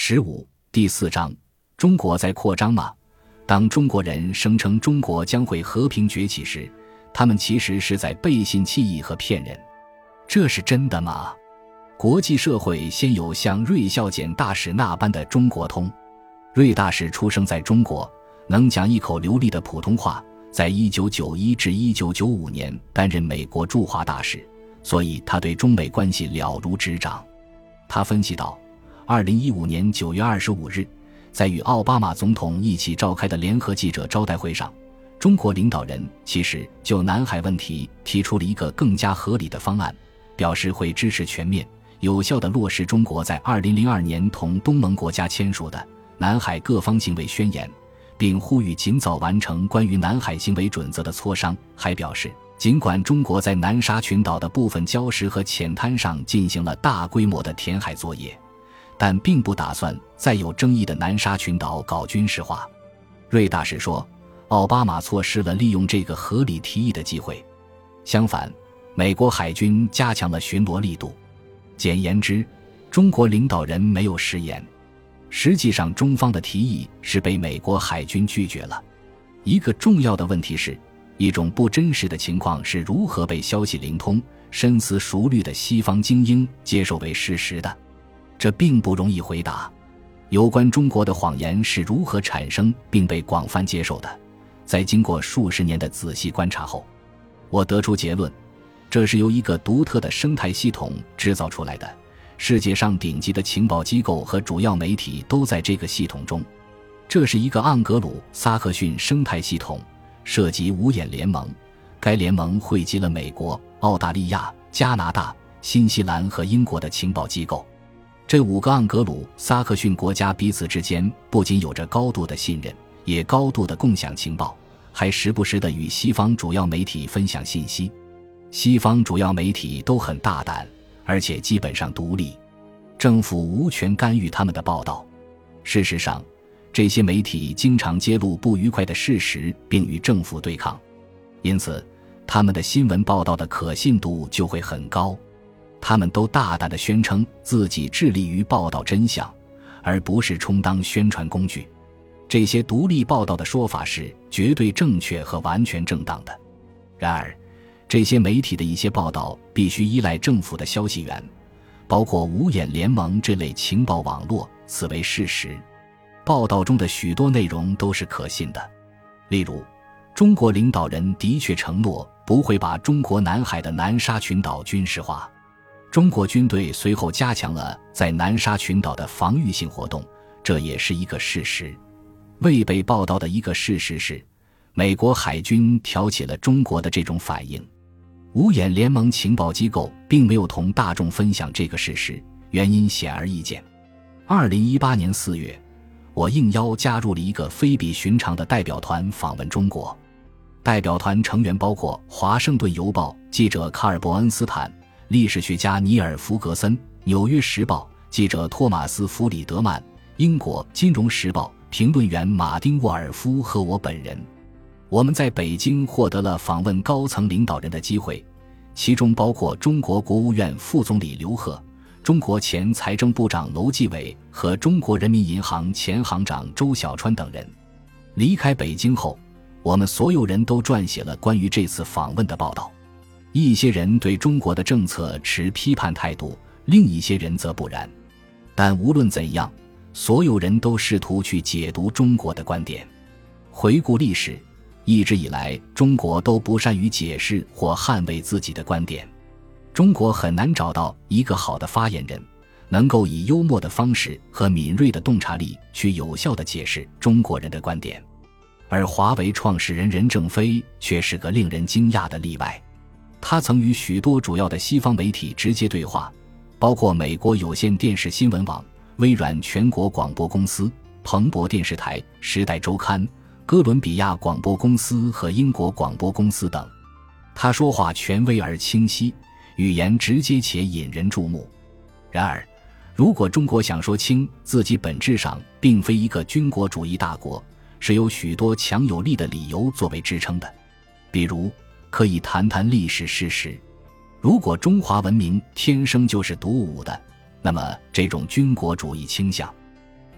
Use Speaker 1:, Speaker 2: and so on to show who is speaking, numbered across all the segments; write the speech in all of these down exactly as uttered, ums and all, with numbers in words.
Speaker 1: 十五第四章，中国在扩张吗？当中国人声称中国将会和平崛起时，他们其实是在背信弃义和骗人。这是真的吗？国际社会先有像瑞孝俭大使那般的中国通。瑞大使出生在中国，能讲一口流利的普通话，在一九九一至一九九五年担任美国驻华大使，所以他对中美关系了如指掌。他分析道，二零一五年九月二十五日，在与奥巴马总统一起召开的联合记者招待会上，中国领导人其实就南海问题提出了一个更加合理的方案，表示会支持全面有效地落实中国在二零零二年同东盟国家签署的南海各方行为宣言，并呼吁尽早完成关于南海行为准则的磋商。还表示，尽管中国在南沙群岛的部分礁石和浅滩上进行了大规模的填海作业，但并不打算在有争议的南沙群岛搞军事化。瑞大使说，奥巴马错失了利用这个合理提议的机会。相反，美国海军加强了巡逻力度。简言之，中国领导人没有食言。实际上，中方的提议是被美国海军拒绝了。一个重要的问题是，一种不真实的情况是如何被消息灵通、深思熟虑的西方精英接受为事实的。这并不容易回答。有关中国的谎言是如何产生并被广泛接受的，在经过数十年的仔细观察后，我得出结论，这是由一个独特的生态系统制造出来的，世界上顶级的情报机构和主要媒体都在这个系统中。这是一个盎格鲁撒克逊生态系统，涉及五眼联盟，该联盟汇集了美国、澳大利亚、加拿大、新西兰和英国的情报机构。这五个盎格鲁撒克逊国家彼此之间不仅有着高度的信任，也高度的共享情报，还时不时地与西方主要媒体分享信息。西方主要媒体都很大胆，而且基本上独立，政府无权干预他们的报道。事实上，这些媒体经常揭露不愉快的事实并与政府对抗，因此他们的新闻报道的可信度就会很高。他们都大胆地宣称自己致力于报道真相，而不是充当宣传工具。这些独立报道的说法是绝对正确和完全正当的。然而，这些媒体的一些报道必须依赖政府的消息源，包括五眼联盟这类情报网络，此为事实。报道中的许多内容都是可信的。例如，中国领导人的确承诺不会把中国南海的南沙群岛军事化。中国军队随后加强了在南沙群岛的防御性活动，这也是一个事实。未被报道的一个事实是，美国海军挑起了中国的这种反应。五眼联盟情报机构并没有同大众分享这个事实，原因显而易见。二零一八年四月，我应邀加入了一个非比寻常的代表团访问中国。代表团成员包括华盛顿邮报记者卡尔伯恩斯坦、历史学家尼尔·弗格森、纽约时报记者托马斯·弗里德曼、英国金融时报评论员马丁·沃尔夫和我本人。我们在北京获得了访问高层领导人的机会，其中包括中国国务院副总理刘鹤、中国前财政部长楼继伟和中国人民银行前行长周小川等人。离开北京后，我们所有人都撰写了关于这次访问的报道。一些人对中国的政策持批判态度，另一些人则不然。但无论怎样，所有人都试图去解读中国的观点。回顾历史，一直以来中国都不善于解释或捍卫自己的观点。中国很难找到一个好的发言人，能够以幽默的方式和敏锐的洞察力去有效地解释中国人的观点。而华为创始人任正非却是个令人惊讶的例外。他曾与许多主要的西方媒体直接对话，包括美国有线电视新闻网、微软全国广播公司、彭博电视台、时代周刊、哥伦比亚广播公司和英国广播公司等。他说话权威而清晰，语言直接且引人注目。然而，如果中国想说清自己本质上并非一个军国主义大国，是有许多强有力的理由作为支撑的。比如，可以谈谈历史事实。如果中华文明天生就是独舞的，那么这种军国主义倾向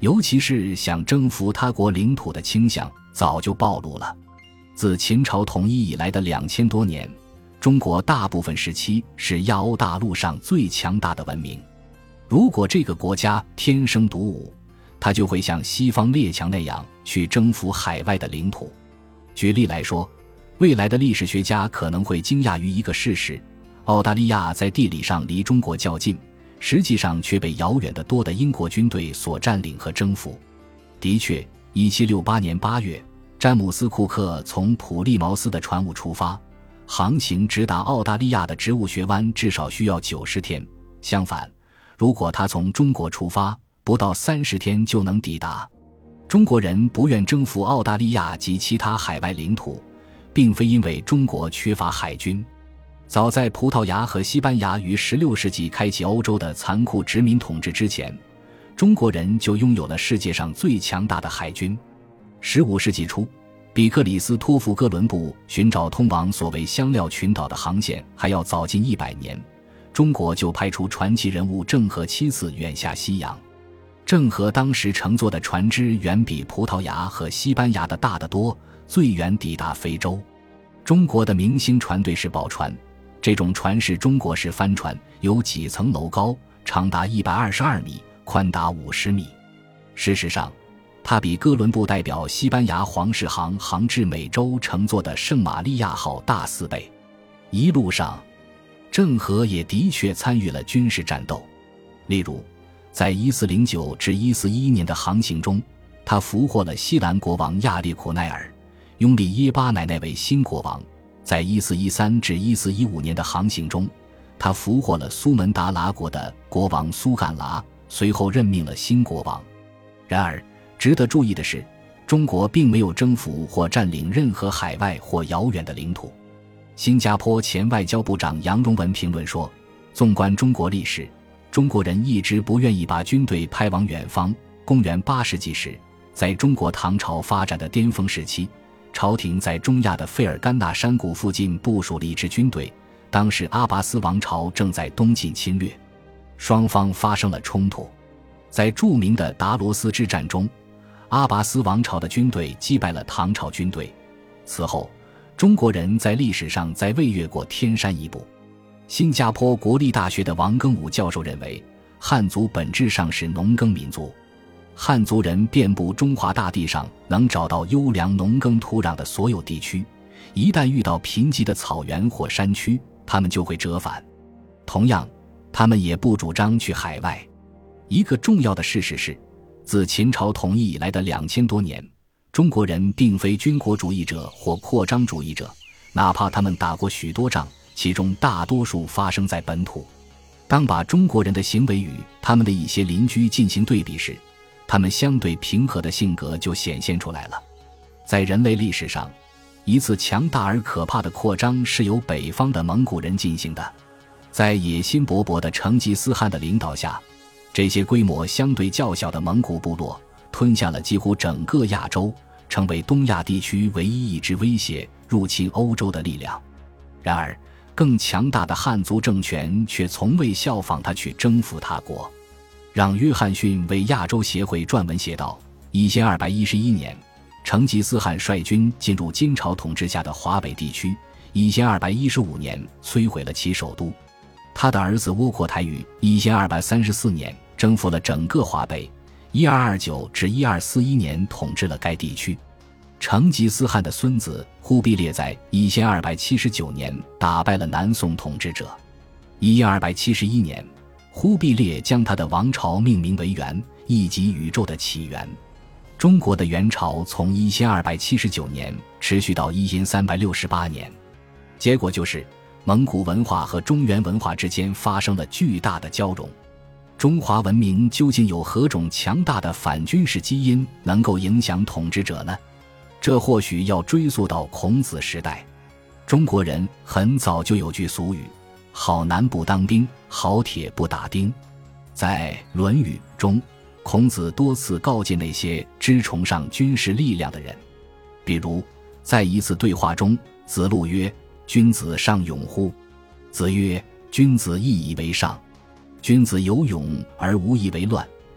Speaker 1: 尤其是想征服他国领土的倾向早就暴露了。自秦朝统一以来的两千多年，中国大部分时期是亚欧大陆上最强大的文明。如果这个国家天生独武，它就会像西方列强那样去征服海外的领土。举例来说，未来的历史学家可能会惊讶于一个事实：澳大利亚在地理上离中国较近，实际上却被遥远得多的英国军队所占领和征服。的确，一七六八年八月，詹姆斯·库克从普利茅斯的船坞出发，航行直达澳大利亚的植物学湾至少需要九十天。相反，如果他从中国出发，不到三十天就能抵达。中国人不愿征服澳大利亚及其他海外领土，并非因为中国缺乏海军。早在葡萄牙和西班牙于十六世纪开启欧洲的残酷殖民统治之前，中国人就拥有了世界上最强大的海军。十五世纪初，比克里斯托弗哥伦布寻找通往所谓香料群岛的航线还要早近一百年，中国就派出传奇人物郑和七次远下西洋。郑和当时乘坐的船只远比葡萄牙和西班牙的大得多，最远抵达非洲。中国的明星船队是宝船，这种船是中国式帆船，有几层楼高，长达一百二十二米，宽达五十米。事实上，它比哥伦布代表西班牙皇室航航至美洲乘坐的圣玛利亚号大四倍。一路上，郑和也的确参与了军事战斗。例如，在一四零九至一四一一年的航行中，他俘获了西兰国王亚列苦奈尔，拥立耶巴乃奈为新国王。在一四一三至一四一五年的航行中，他俘获了苏门答腊国的国王苏干剌，随后任命了新国王。然而，值得注意的是，中国并没有征服或占领任何海外或遥远的领土。新加坡前外交部长杨荣文评论说，纵观中国历史，中国人一直不愿意把军队派往远方。公元八世纪时，在中国唐朝发展的巅峰时期，朝廷在中亚的费尔干纳山谷附近部署了一支军队，当时阿拔斯王朝正在东进侵略，双方发生了冲突。在著名的达罗斯之战中，阿拔斯王朝的军队击败了唐朝军队。此后，中国人在历史上再未越过天山一步。新加坡国立大学的王庚武教授认为，汉族本质上是农耕民族。汉族人遍布中华大地上能找到优良农耕土壤的所有地区，一旦遇到贫瘠的草原或山区，他们就会折返。同样，他们也不主张去海外。一个重要的事实是，自秦朝统一以来的两千多年，中国人并非军国主义者或扩张主义者，哪怕他们打过许多仗，其中大多数发生在本土。当把中国人的行为与他们的一些邻居进行对比时，他们相对平和的性格就显现出来了。在人类历史上，一次强大而可怕的扩张是由北方的蒙古人进行的。在野心勃勃的成吉思汗的领导下，这些规模相对较小的蒙古部落吞下了几乎整个亚洲，成为东亚地区唯一一支威胁入侵欧洲的力量。然而，更强大的汉族政权却从未效仿他去征服他国。让约翰逊为亚洲协会撰文写道，一千二百一十一年，成吉思汗率军进入金朝统治下的华北地区，一千二百一十五年摧毁了其首都。他的儿子窝阔台于一千二百三十四年征服了整个华北，一二二九至一二四一年统治了该地区。成吉思汗的孙子忽必烈在一千二百七十九年打败了南宋统治者。一千二百七十一年，忽必烈将他的王朝命名为元，意即宇宙的起源。中国的元朝从一千二百七十九年持续到一千三百六十八年，结果就是蒙古文化和中原文化之间发生了巨大的交融。中华文明究竟有何种强大的反军事基因能够影响统治者呢？这或许要追溯到孔子时代。中国人很早就有句俗语，好男不当兵，好铁不打钉。在《论语》中，孔子多次告诫那些只崇尚军事力量的人。比如，在一次对话中，子路曰：君子尚勇乎？子曰：君子义以为上。君子有勇而无以为乱，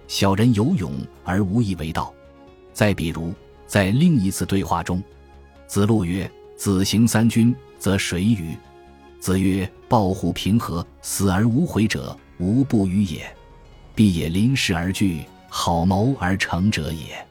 Speaker 1: 小人有勇而无以为道。再比如，在另一次对话中，子路曰：子行三军，则谁与？子曰：抱虎平和，死而无悔者，无不与也。必也临事而惧，好谋而成者也。